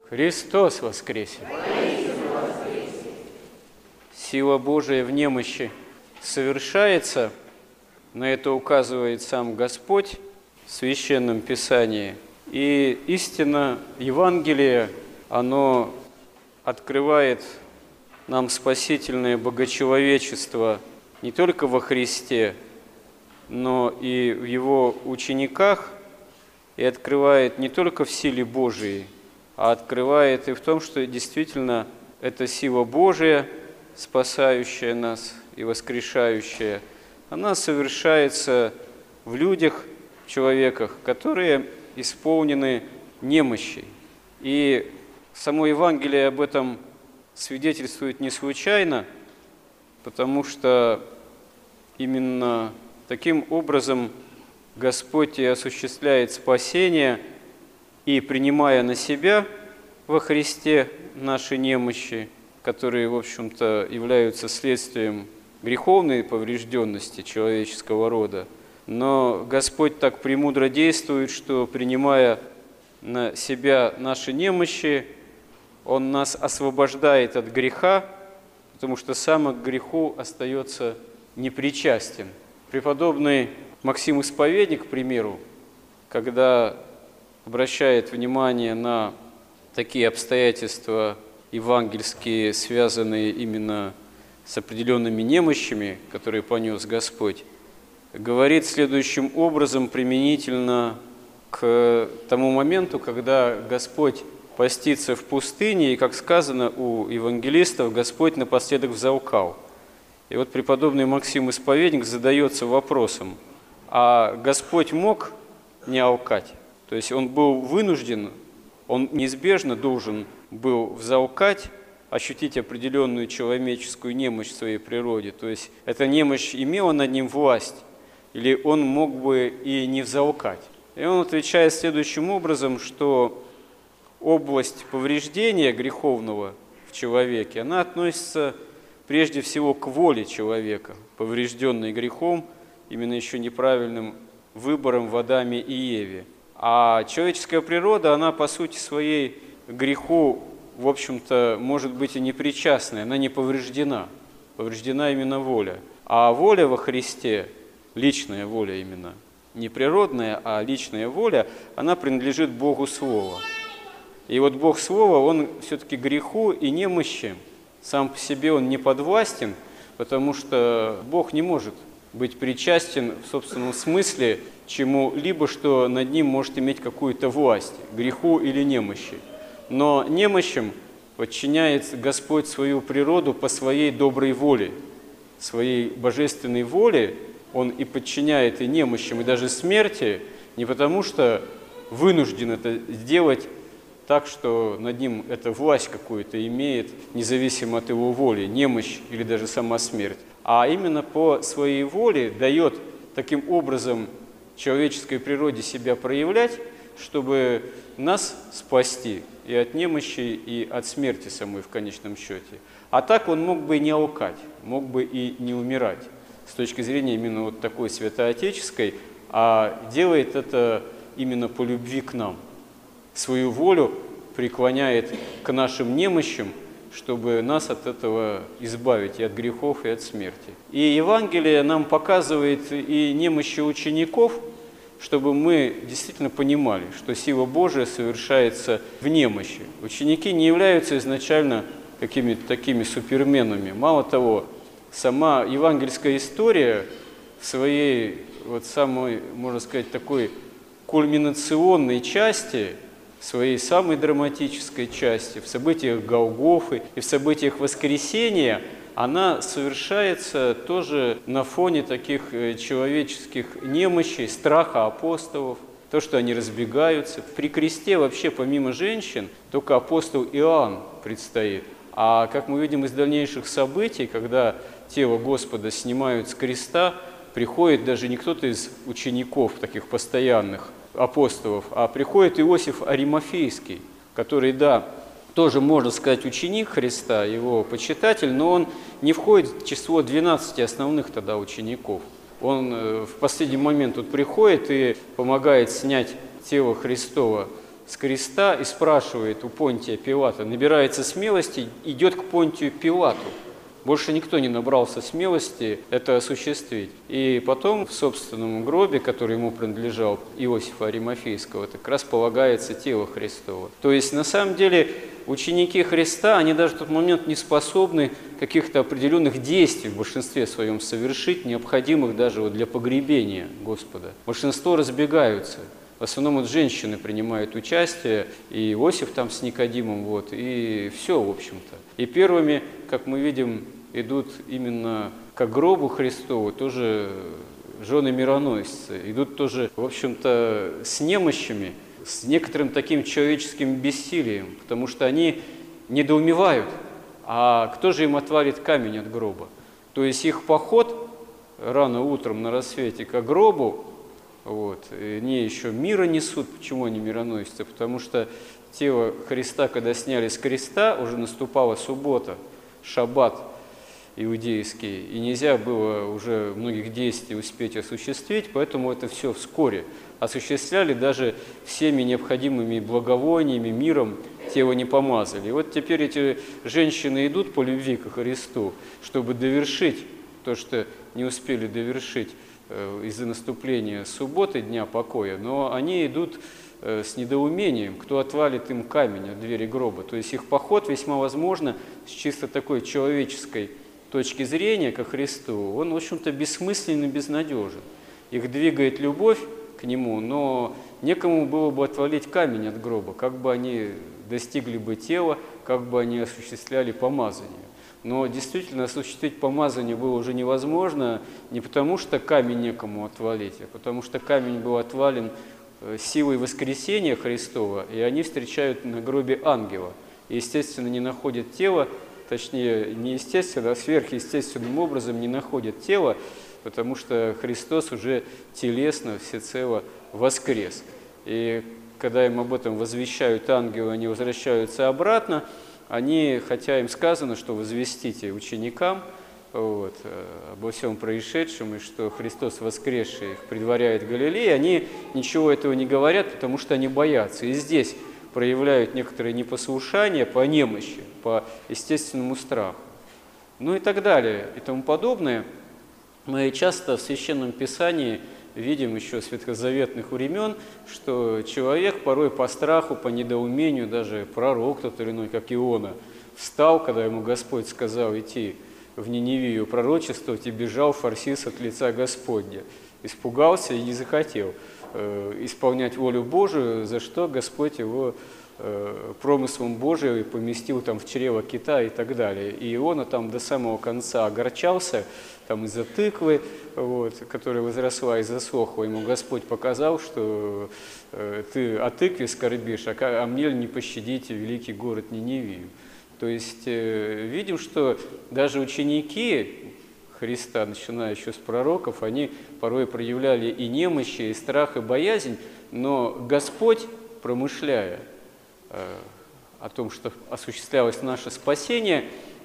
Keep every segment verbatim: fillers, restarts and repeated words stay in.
Христос воскресе! Сила Божия в немощи совершается, на это указывает сам Господь в Священном Писании. И истина Евангелия, оно открывает нам спасительное богочеловечество не только во Христе, но и в Его учениках, и открывает не только в силе Божией, а открывает и в том, что действительно эта сила Божия, спасающая нас и воскрешающая, она совершается в людях, в человеках, которые исполнены немощей. И само Евангелие об этом свидетельствует не случайно, потому что именно таким образом Господь и осуществляет спасение, и принимая на себя во Христе наши немощи, которые, в общем-то, являются следствием греховной поврежденности человеческого рода. Но Господь так премудро действует, что, принимая на себя наши немощи, Он нас освобождает от греха, потому что сам к греху остается непричастен. Преподобный Максим Исповедник, к примеру, когда обращает внимание на такие обстоятельства евангельские, связанные именно с определенными немощами, которые понес Господь, говорит следующим образом применительно к тому моменту, когда Господь постится в пустыне, и, как сказано у евангелистов, Господь напоследок взалкал. И вот преподобный Максим Исповедник задается вопросом, а Господь мог не алкать? То есть Он был вынужден, Он неизбежно должен был взалкать, ощутить определенную человеческую немощь в своей природе. То есть эта немощь имела над ним власть, или он мог бы и не взалкать. И он отвечает следующим образом, что область повреждения греховного в человеке, она относится прежде всего к воле человека, поврежденной грехом, именно еще неправильным выбором в Адаме и Еве. А человеческая природа, она по сути своей к греху, в общем-то, может быть и непричастная, она не повреждена. Повреждена именно воля. А воля во Христе, личная воля именно, не природная, а личная воля, она принадлежит Богу Слова. И вот Бог Слова, Он все-таки греху и немощи, сам по себе Он не подвластен, потому что Бог не может быть причастен в собственном смысле чему-либо, что над ним может иметь какую-то власть, греху или немощи. Но немощам подчиняет Господь свою природу по своей доброй воле, своей божественной воле Он и подчиняет и немощам, и даже смерти, не потому что вынужден это сделать так, что над ним эта власть какую-то имеет, независимо от его воли, немощь или даже сама смерть, а именно по своей воле дает таким образом человеческой природе себя проявлять, чтобы нас спасти и от немощи, и от смерти самой в конечном счете. А так он мог бы и не алкать, мог бы и не умирать с точки зрения именно вот такой святоотеческой, а делает это именно по любви к нам. Свою волю преклоняет к нашим немощам, чтобы нас от этого избавить и от грехов, и от смерти. И Евангелие нам показывает и немощи учеников, чтобы мы действительно понимали, что сила Божия совершается в немощи. Ученики не являются изначально какими-то такими суперменами. Мало того, сама евангельская история в своей вот самой, можно сказать, такой кульминационной части, в своей самой драматической части, в событиях Голгофы и в событиях Воскресения, она совершается тоже на фоне таких человеческих немощей, страха апостолов, то, что они разбегаются. При кресте вообще помимо женщин только апостол Иоанн предстоит. А как мы видим из дальнейших событий, когда тело Господа снимают с креста, приходит даже не кто-то из учеников, таких постоянных апостолов, а приходит Иосиф Аримафейский, который, да, тоже, можно сказать, ученик Христа, его почитатель, но он не входит в число двенадцати основных тогда учеников. Он в последний момент тут приходит и помогает снять тело Христова с креста и спрашивает у Понтия Пилата, набирается смелости, идет к Понтию Пилату. Больше никто не набрался смелости это осуществить. И потом в собственном гробе, который ему принадлежал, Иосифа Аримафейского, как раз полагается тело Христово. То есть на самом деле ученики Христа, они даже в тот момент не способны каких-то определенных действий в большинстве своем совершить, необходимых даже вот для погребения Господа. Большинство разбегаются. В основном вот женщины принимают участие, и Иосиф там с Никодимом, вот, и все, в общем-то. И первыми, как мы видим, идут именно к гробу Христову тоже жены мироносцы, идут тоже, в общем-то, с немощами, с некоторым таким человеческим бессилием, потому что они недоумевают, а кто же им отвалит камень от гроба? То есть их поход рано утром на рассвете к гробу, вот, они еще мира несут. Почему они мироносцы? Потому что тело Христа, когда сняли с креста, уже наступала суббота, шаббат иудейский, и нельзя было уже многих действий успеть осуществить, поэтому это все вскоре осуществляли, даже всеми необходимыми благовониями, миром тело не помазали. И вот теперь эти женщины идут по любви к Христу, чтобы довершить то, что не успели довершить из-за наступления субботы, дня покоя, но они идут с недоумением, кто отвалит им камень от двери гроба. То есть их поход весьма возможно с чисто такой человеческой точки зрения ко Христу, он, в общем-то, бессмысленный, безнадежен. Их двигает любовь к Нему, но некому было бы отвалить камень от гроба, как бы они достигли бы тела, как бы они осуществляли помазание. Но действительно осуществить помазание было уже невозможно не потому, что камень некому отвалить, а потому что камень был отвален силой воскресения Христова, и они встречают на гробе ангела. И, естественно, не находят тело, точнее, не естественно, а сверхъестественным образом не находят тело, потому что Христос уже телесно, всецело воскрес. И когда им об этом возвещают ангелы, они возвращаются обратно, они, хотя им сказано, что возвестите ученикам вот, обо всем происшедшем, и что Христос воскресший их предваряет в Галилее, они ничего этого не говорят, потому что они боятся. И здесь проявляют некоторое непослушание по немощи, по естественному страху. Ну и так далее, и тому подобное. Мы часто в Священном Писании видим еще с ветхозаветных времен, что человек порой по страху, по недоумению, даже пророк тот или иной, как Иона, встал, когда ему Господь сказал идти в Ниневию пророчествовать, и бежал фарсис от лица Господня. Испугался и не захотел э, исполнять волю Божию, за что Господь его э, промыслом Божиим поместил там в чрево кита и так далее. И Иона там до самого конца огорчался, там из-за тыквы, вот, которая возросла и засохла, ему Господь показал, что э, ты о тыкве скорбишь, а, а мне не пощадите великий город Ниневию. То есть э, видим, что даже ученики Христа, начиная еще с пророков, они порой проявляли и немощи, и страх, и боязнь, но Господь, промышляя э, о том, что осуществлялось наше спасение,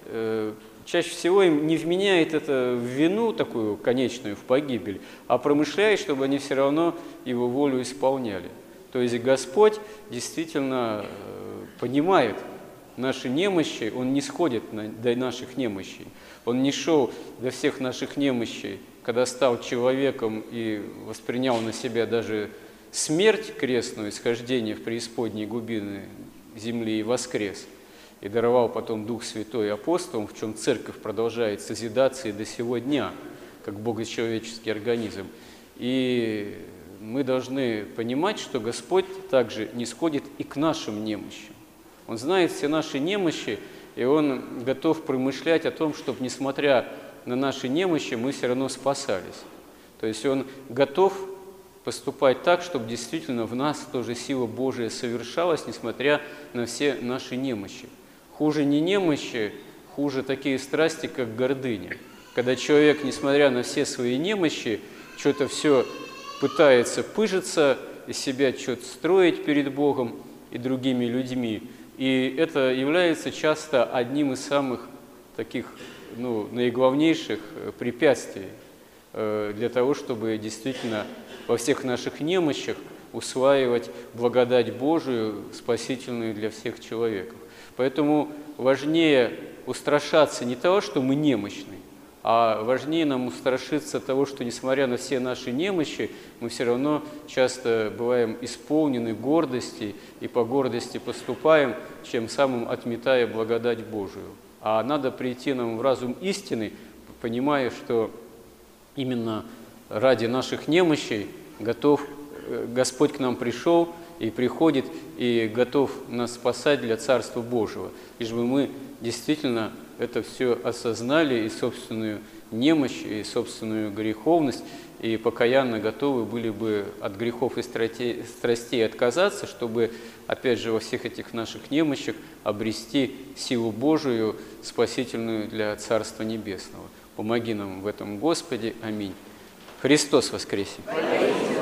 э, чаще всего им не вменяет это в вину такую конечную, в погибель, а промышляет, чтобы они все равно Его волю исполняли. То есть Господь действительно понимает наши немощи, Он не сходит до наших немощей. Он не шел до всех наших немощей, когда стал человеком и воспринял на себя даже смерть крестную, исхождение в преисподней глубины земли и воскрес. И даровал потом Дух Святой апостолам, в чем Церковь продолжает созидаться и до сего дня, как богочеловеческий организм. И мы должны понимать, что Господь также не сходит и к нашим немощам. Он знает все наши немощи, и Он готов промышлять о том, чтобы, несмотря на наши немощи, мы все равно спасались. То есть Он готов поступать так, чтобы действительно в нас тоже сила Божия совершалась, несмотря на все наши немощи. Хуже не немощи, хуже такие страсти, как гордыня. Когда человек, несмотря на все свои немощи, что-то все пытается пыжиться, из себя что-то строить перед Богом и другими людьми. И это является часто одним из самых таких, ну, наиглавнейших препятствий для того, чтобы действительно во всех наших немощах усваивать благодать Божию, спасительную для всех человеков. Поэтому важнее устрашаться не того, что мы немощны, а важнее нам устрашиться того, что, несмотря на все наши немощи, мы все равно часто бываем исполнены гордости и по гордости поступаем, чем самым отметая благодать Божию. А надо прийти нам в разум истины, понимая, что именно ради наших немощей готов, Господь к нам пришел и приходит, и готов нас спасать для Царства Божьего. Лишь бы мы действительно это все осознали, и собственную немощь, и собственную греховность, и покаянно готовы были бы от грехов и страстей отказаться, чтобы, опять же, во всех этих наших немощах обрести силу Божию, спасительную для Царства Небесного. Помоги нам в этом, Господи. Аминь. Христос воскресе!